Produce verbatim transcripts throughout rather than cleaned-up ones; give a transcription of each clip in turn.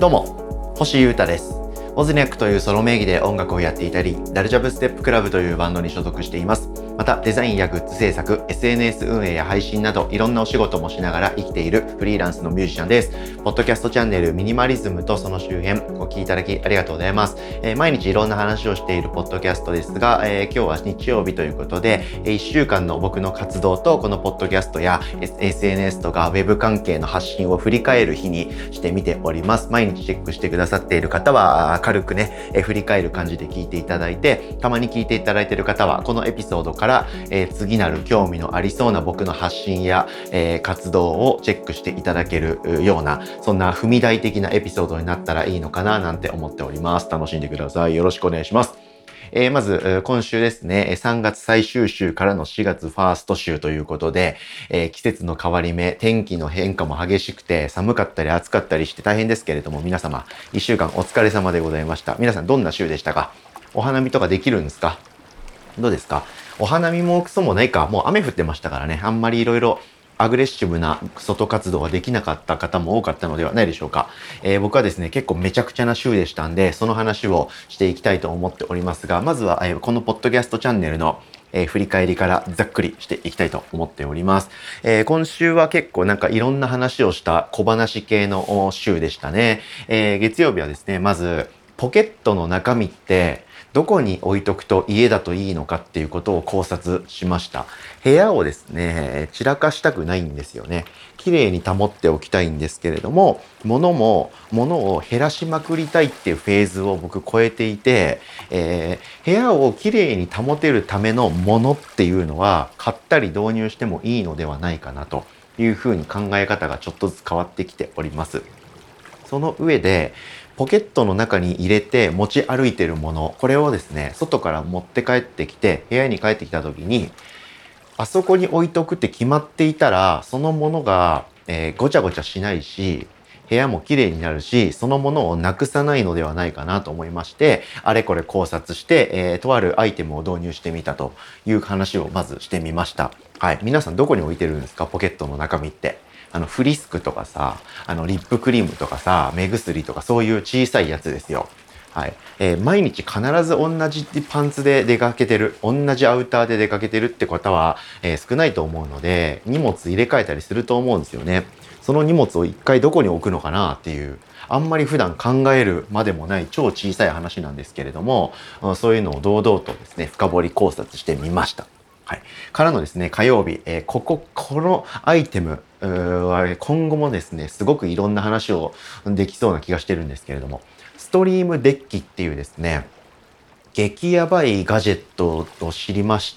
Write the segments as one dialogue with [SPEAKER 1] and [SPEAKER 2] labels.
[SPEAKER 1] どうも、星優太です。オズニャックというソロ名義で音楽をやっていたり、ダルジャブステップクラブというバンドに所属しています。また、デザインやグッズ制作、エスエヌエス 運営や配信など、いろんなお仕事もしながら生きているフリーランスのミュージシャンです。ポッドキャストチャンネルミニマリズムとその周辺、お聞きいただきありがとうございます。えー、毎日いろんな話をしているポッドキャストですが、えー、今日は日曜日ということで、いっしゅうかんの僕の活動と、このポッドキャストや エスエヌエス とかウェブ関係の発信を振り返る日にしてみております。毎日チェックしてくださっている方は、軽くね、えー、振り返る感じで聞いていただいて、たまに聞いていただいている方は、このエピソードから、えー、次なる興味のありそうな僕の発信や、えー、活動をチェックしていただけるような、そんな踏み台的なエピソードになったらいいのかななんて思っております。楽しんでください。よろしくお願いします。えー、まず、今週ですね、さんがつ最終週からのしがつファースト週ということで、えー、季節の変わり目、天気の変化も激しくて、寒かったり暑かったりして大変ですけれども、皆様、いっしゅうかんお疲れ様でございました。皆さん、どんな週でしたか？お花見とかできるんですか？どうですか？お花見もクソもないか。もう雨降ってましたからね。あんまりいろいろアグレッシブな外活動ができなかった方も多かったのではないでしょうか。えー、僕はですね、結構めちゃくちゃな週でしたんで、その話をしていきたいと思っておりますが、まずは、えー、このポッドキャストチャンネルのえー、振り返りからざっくりしていきたいと思っております。えー、今週は結構なんかいろんな話をした小話系の週でしたね。えー、月曜日はですね、まずポケットの中身ってどこに置いとくと家だといいのかっていうことを考察しました。部屋をですね、散らかしたくないんですよね。綺麗に保っておきたいんですけれども、物も、物を減らしまくりたいっていうフェーズを僕超えていて、えー、部屋を綺麗に保てるためのものっていうのは買ったり導入してもいいのではないかなというふうに考え方がちょっとずつ変わってきております。その上で、ポケットの中に入れて持ち歩いているもの、これをですね、外から持って帰ってきて、部屋に帰ってきた時に、あそこに置いとくって決まっていたら、そのものが、えー、ごちゃごちゃしないし、部屋も綺麗になるし、そのものをなくさないのではないかなと思いまして、あれこれ考察して、えー、とあるアイテムを導入してみたという話をまずしてみました。はい。皆さんどこに置いてるんですか？ポケットの中身って。あの、フリスクとかさ、あの、リップクリームとかさ、目薬とかそういう小さいやつですよ。はい。えー、毎日必ず同じパンツで出かけてる、同じアウターで出かけてるって方は、えー、少ないと思うので、荷物入れ替えたりすると思うんですよね。その荷物を一回どこに置くのかなっていう、あんまり普段考えるまでもない超小さい話なんですけれども、そういうのを堂々とですね、深掘り考察してみました。はい。からのですね、火曜日、えー、ここ、このアイテムは今後もですね、すごくいろんな話をできそうな気がしてるんですけれども、ストリームデッキっていうですね、激ヤバいガジェットを知りまして、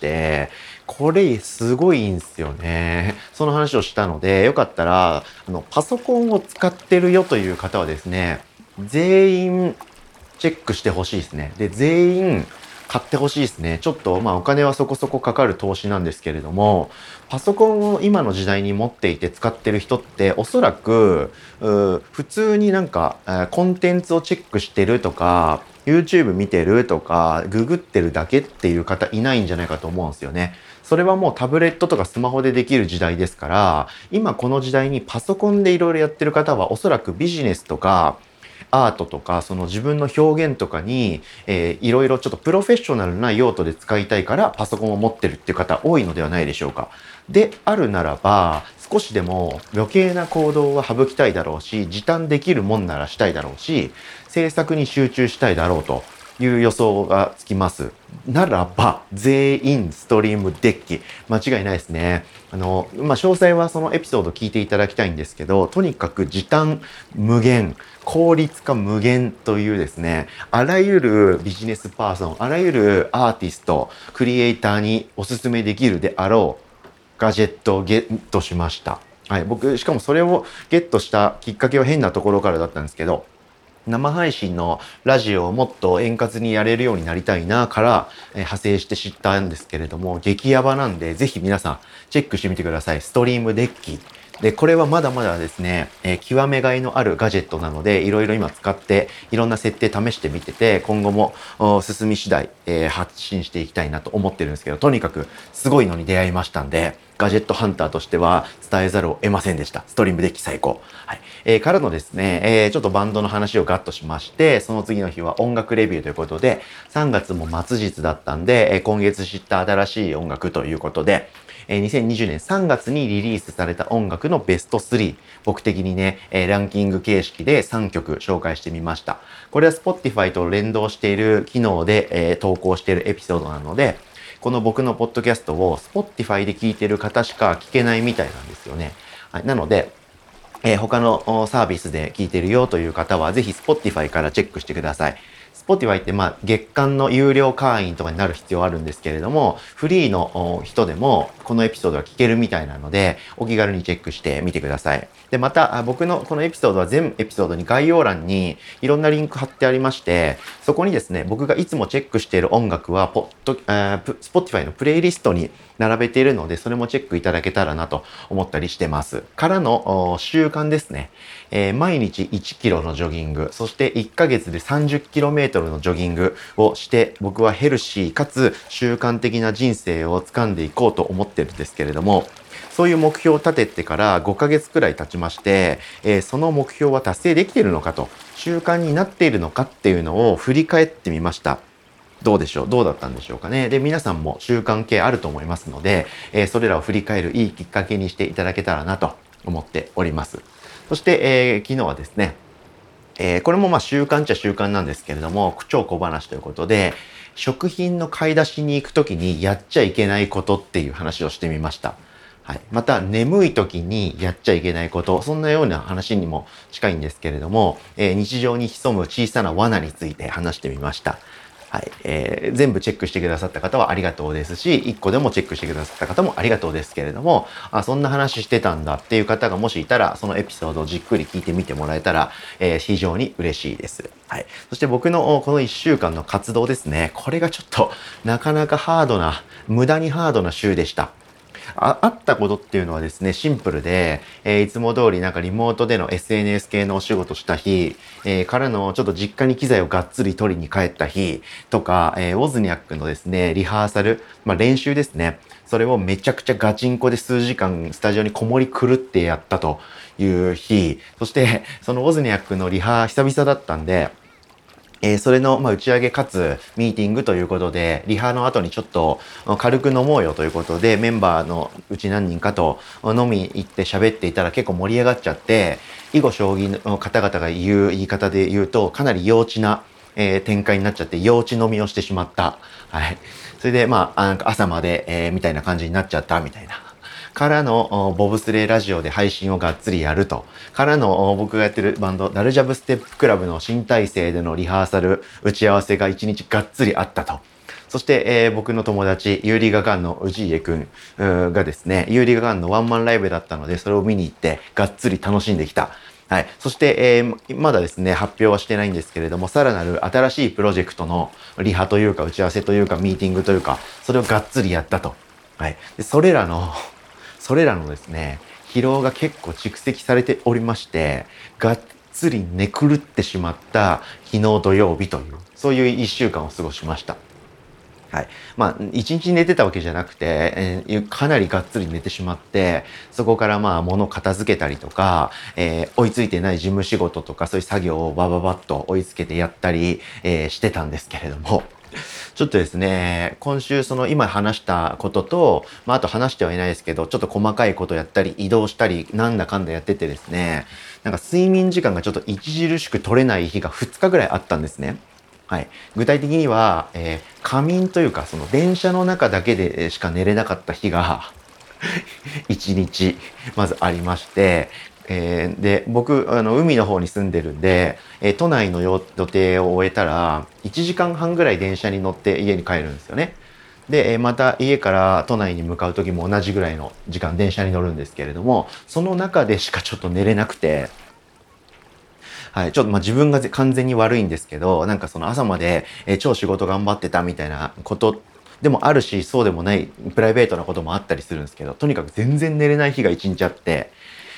[SPEAKER 1] これすごいんですよね。その話をしたので、よかったら、あの、パソコンを使ってるよという方はですね、全員チェックしてほしいですね。で、全員買ってほしいですね。ちょっと、まあお金はそこそこかかる投資なんですけれども、パソコンを今の時代に持っていて使ってる人っておそらく、普通になんか、コンテンツをチェックしてるとか、YouTube 見てるとか、ググってるだけっていう方いないんじゃないかと思うんですよね。それはもうタブレットとかスマホでできる時代ですから、今この時代にパソコンでいろいろやってる方はおそらくビジネスとか、アートとか、その自分の表現とかに、えー、いろいろちょっとプロフェッショナルな用途で使いたいからパソコンを持ってるっていう方多いのではないでしょうか。であるならば、少しでも余計な行動は省きたいだろうし、時短できるもんならしたいだろうし、制作に集中したいだろうという予想がつきます。ならば、全員ストリームデッキ。間違いないですね。あの、まあ、詳細はそのエピソード聞いていただきたいんですけど、とにかく時短無限、効率化無限というですね、あらゆるビジネスパーソン、あらゆるアーティスト、クリエイターにおすすめできるであろうガジェットをゲットしました。はい、僕、しかもそれをゲットしたきっかけは変なところからだったんですけど、生配信のラジオをもっと円滑にやれるようになりたいなから、えー、派生して知ったんですけれども、激ヤバなんで、ぜひ皆さんチェックしてみてください。ストリームデッキ。 で、これはまだまだですね、えー極めがいのあるガジェットなので、いろいろ今使って、いろんな設定試してみてて、今後もお進み次第、えー発信していきたいなと思ってるんですけど、とにかくすごいのに出会いましたんで、ガジェットハンターとしては伝えざるを得ませんでした。ストリームデッキ最高。はい。えーからのですね、えーちょっとバンドの話をガッとしまして、その次の日は音楽レビューということで、さんがつも末日だったんで、えー今月知った新しい音楽ということで、えーにせんにじゅうねんさんがつにリリースされた音楽のベストスリー、僕的にね、えーランキング形式でさんきょく紹介してみました。これは Spotify と連動している機能で、えー投稿しているエピソードなので、この僕のポッドキャストを Spotify で聞いている方しか聞けないみたいなんですよね。はい、なので、えー他のサービスで聞いてるよという方は、ぜひ Spotify からチェックしてください。Spotify ってまあ月間の有料会員とかになる必要あるんですけれども、フリーの人でもこのエピソードは聞けるみたいなので、お気軽にチェックしてみてください。で、また僕のこのエピソードは全エピソードに概要欄にいろんなリンク貼ってありまして、そこにですね、僕がいつもチェックしている音楽はポッド、えー、Spotify のプレイリストに並べているので、それもチェックいただけたらなと思ったりしてます。からの習慣ですね。えー、毎日いちキロのジョギング、そしていっかげつでさんじゅっキロメートルのジョギングをして、僕はヘルシーかつ習慣的な人生を掴んでいこうと思ってるんですけれども、そういう目標を立ててからごかげつくらい経ちまして、えー、その目標は達成できているのかと、習慣になっているのかっていうのを振り返ってみました。どうでしょうどうだったんでしょうかね。で、皆さんも習慣系あると思いますので、えー、それらを振り返るいいきっかけにしていただけたらなと思っております。そして、えー、昨日はですね、えー、これもまあ習慣っちゃ習慣なんですけれども、超小話ということで、食品の買い出しに行くときにやっちゃいけないことっていう話をしてみました。はい。また、眠い時にやっちゃいけないこと、そんなような話にも近いんですけれども、えー、日常に潜む小さな罠について話してみました。はい、えー、全部チェックしてくださった方はありがとうですし、いっこでもチェックしてくださった方もありがとうですけれども、あ、そんな話してたんだっていう方がもしいたら、そのエピソードをじっくり聞いてみてもらえたら、えー、非常に嬉しいです。はい。そして僕のこのいっしゅうかんの活動ですね。これがちょっとなかなかハードな、無駄にハードな週でした。あ、あったことっていうのはですね、シンプルで、えーいつも通りなんかリモートでの エスエヌエス 系のお仕事した日、えーからのちょっと実家に機材をがっつり取りに帰った日とか、えーウォズニャックのですね、リハーサル、まあ練習ですね。それをめちゃくちゃガチンコで数時間スタジオにこもり狂ってやったという日、そしてそのウォズニャックのリハ久々だったんで、えー、それの、まあ、打ち上げかつミーティングということで、リハの後にちょっと軽く飲もうよということで、メンバーのうち何人かと飲み行って喋っていたら結構盛り上がっちゃって、囲碁将棋の方々が言う言い方で言うと、かなり幼稚な、えー展開になっちゃって、幼稚飲みをしてしまった。はい。それで、まあ、なんか朝まで、えーみたいな感じになっちゃったみたいな。からのボブスレーラジオで配信をがっつりやると。からの僕がやってるバンド、ダルジャブステップクラブの新体制でのリハーサル、打ち合わせが一日がっつりあったと。そして、えー僕の友達、ユーリガガンの氏家くんうーがですね、ユーリガガンのワンマンライブだったので、それを見に行って、がっつり楽しんできた。はい。そして、えーまだですね、発表はしてないんですけれども、さらなる新しいプロジェクトのリハというか、打ち合わせというか、ミーティングというか、それをがっつりやったと。はい。でそれらのそれらのですね、疲労が結構蓄積されておりまして、がっつり寝狂ってしまった昨日土曜日という、そういう一週間を過ごしました。はい。まあ、一日寝てたわけじゃなくて、えーかなりがっつり寝てしまって、そこからまあ物片付けたりとか、えー追いついてない事務仕事とかそういう作業をバババッと追いつけてやったり、えーしてたんですけれども、ちょっとですね、今週その今話したことと、まああと話してはいないですけど、ちょっと細かいことやったり、移動したり、なんだかんだやっててですね、なんか睡眠時間がちょっと著しく取れない日がふつかぐらいあったんですね。はい。具体的には、えー仮眠というか、その電車の中だけでしか寝れなかった日がいちにち、まずありまして、えーで、僕、あの、海の方に住んでるんで、えー都内の予予定を終えたら、いちじかんはんぐらい電車に乗って家に帰るんですよね。で、えーまた家から都内に向かう時も同じぐらいの時間電車に乗るんですけれども、その中でしかちょっと寝れなくて、はい。ちょっとまあ自分がぜ完全に悪いんですけど、なんかその朝まで、えー超仕事頑張ってたみたいなことでもあるし、そうでもないプライベートなこともあったりするんですけど、とにかく全然寝れない日が一日あって、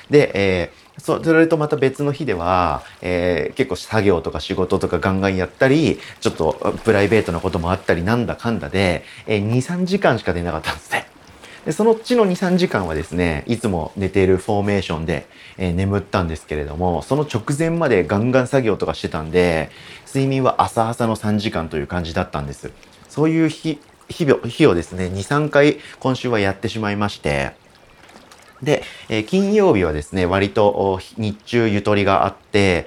[SPEAKER 1] で、えー、そそれとまた別の日では、えー、結構作業とか仕事とかガンガンやったり、ちょっとプライベートなこともあったりなんだかんだで、えー、に、さんじかんしか寝なかったんですね。でそのうちのに、さんじかんはですね、いつも寝ているフォーメーションで、えー、眠ったんですけれども、その直前までガンガン作業とかしてたんで、睡眠は浅々のさんじかんという感じだったんです。そういう日、日々日をですね、に、さんかい今週はやってしまいまして、で、えー金曜日はですね、割とお日中ゆとりがあって、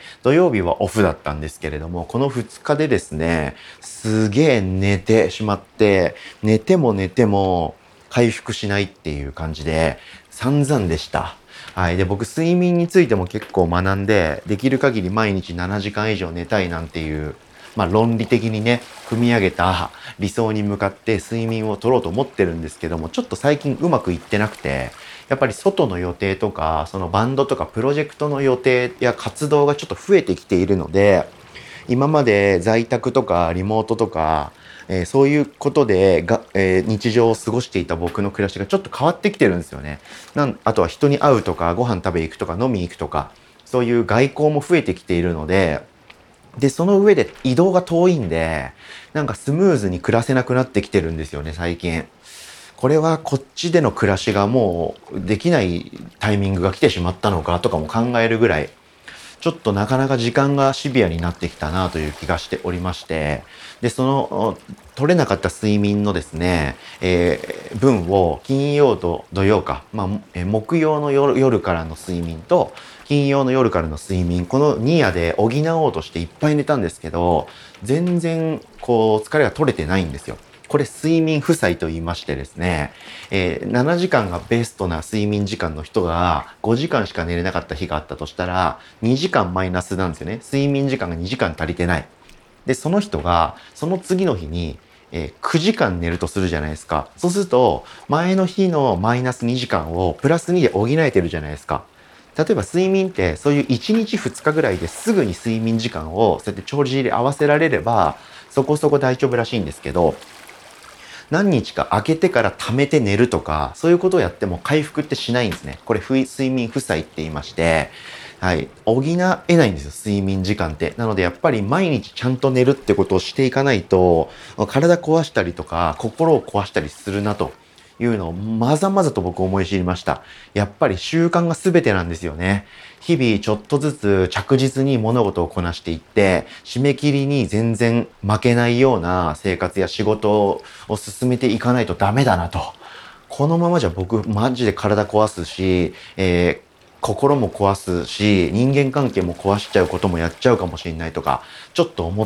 [SPEAKER 1] 土曜日はオフだったんですけれども、このふつかでですね、すげえ寝てしまって、寝ても寝ても回復しないっていう感じで、散々でした。はい。で、僕、睡眠についても結構学んで、できる限り毎日しちじかん以上寝たいなんていう、まあ論理的にね、組み上げた理想に向かって睡眠を取ろうと思ってるんですけども、ちょっと最近うまくいってなくて、やっぱり外の予定とか、そのバンドとかプロジェクトの予定や活動がちょっと増えてきているので、今まで在宅とかリモートとか、えーそういうことでが、えー日常を過ごしていた僕の暮らしがちょっと変わってきてるんですよね。なんあとは人に会うとか、ご飯食べ行くとか、飲み行くとか、そういう外交も増えてきているので、で、その上で移動が遠いんで、なんかスムーズに暮らせなくなってきてるんですよね、最近。これはこっちでの暮らしがもうできないタイミングが来てしまったのかとかも考えるぐらい、ちょっとなかなか時間がシビアになってきたなという気がしておりまして、で、その取れなかった睡眠のですね、えー分を金曜と土曜か、まあ、えー木曜の夜夜からの睡眠と金曜の夜からの睡眠、このに夜で補おうとしていっぱい寝たんですけど、全然こう疲れが取れてないんですよ。これ睡眠負債と言いましてですね、えー、ななじかんがベストな睡眠時間の人がごじかんしか寝れなかった日があったとしたら、にじかんマイナスなんですよね。睡眠時間がにじかん足りてない。で、その人がその次の日に、えーくじかん寝るとするじゃないですか。そうすると、前の日のマイナスにじかんをプラスにで補えてるじゃないですか。例えば睡眠ってそういういちにちふつかぐらいですぐに睡眠時間をそうやって帳尻合わせられればそこそこ大丈夫らしいんですけど、何日か空けてから溜めて寝るとか、そういうことをやっても回復ってしないんですね。これ、睡眠負債って言いまして、はい。補えないんですよ、睡眠時間って。なので、やっぱり毎日ちゃんと寝るってことをしていかないと、体壊したりとか、心を壊したりするなというのをまざまざと僕思い知りました。やっぱり習慣が全てなんですよね。日々ちょっとずつ着実に物事をこなしていって、締め切りに全然負けないような生活や仕事を進めていかないとダメだなと。このままじゃ僕マジで体壊すし、えー心も壊すし、人間関係も壊しちゃうこともやっちゃうかもしれないとか、ちょっと思って、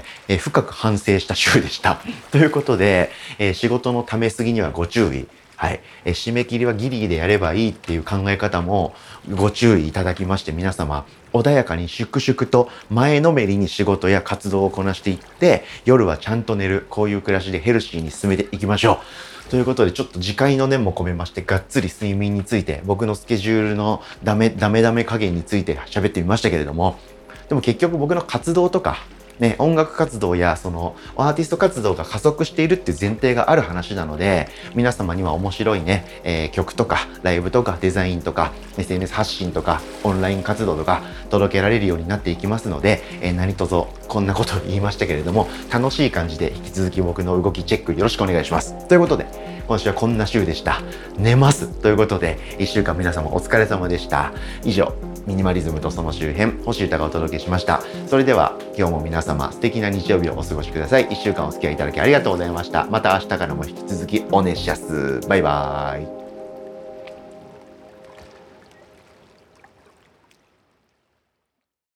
[SPEAKER 1] えー深く反省した週でした。ということで、えー仕事のためすぎにはご注意。はい、えー締め切りはギリギリでやればいいっていう考え方もご注意いただきまして、皆様穏やかに粛々と前のめりに仕事や活動をこなしていって、夜はちゃんと寝る、こういう暮らしでヘルシーに進めていきましょう。ということで、ちょっと自戒の念も込めまして、がっつり睡眠について、僕のスケジュールのダメ、ダメダメ加減について喋ってみましたけれども、でも結局僕の活動とか、ね、音楽活動やそのアーティスト活動が加速しているっていう前提がある話なので、皆様には面白いね、えー曲とかライブとかデザインとか エスエヌエス 発信とかオンライン活動とか届けられるようになっていきますので、えー何卒こんなことを言いましたけれども、楽しい感じで引き続き僕の動きチェックよろしくお願いします。ということで、今週はこんな週でした。寝ますということで、いっしゅうかん皆様お疲れ様でした。以上、ミニマリズムとその周辺、星歌がお届けしました。それでは今日も皆様素敵な日曜日をお過ごしください。いっしゅうかんお付き合いいただきありがとうございました。また明日からも引き続きお願いします。バイバーイ。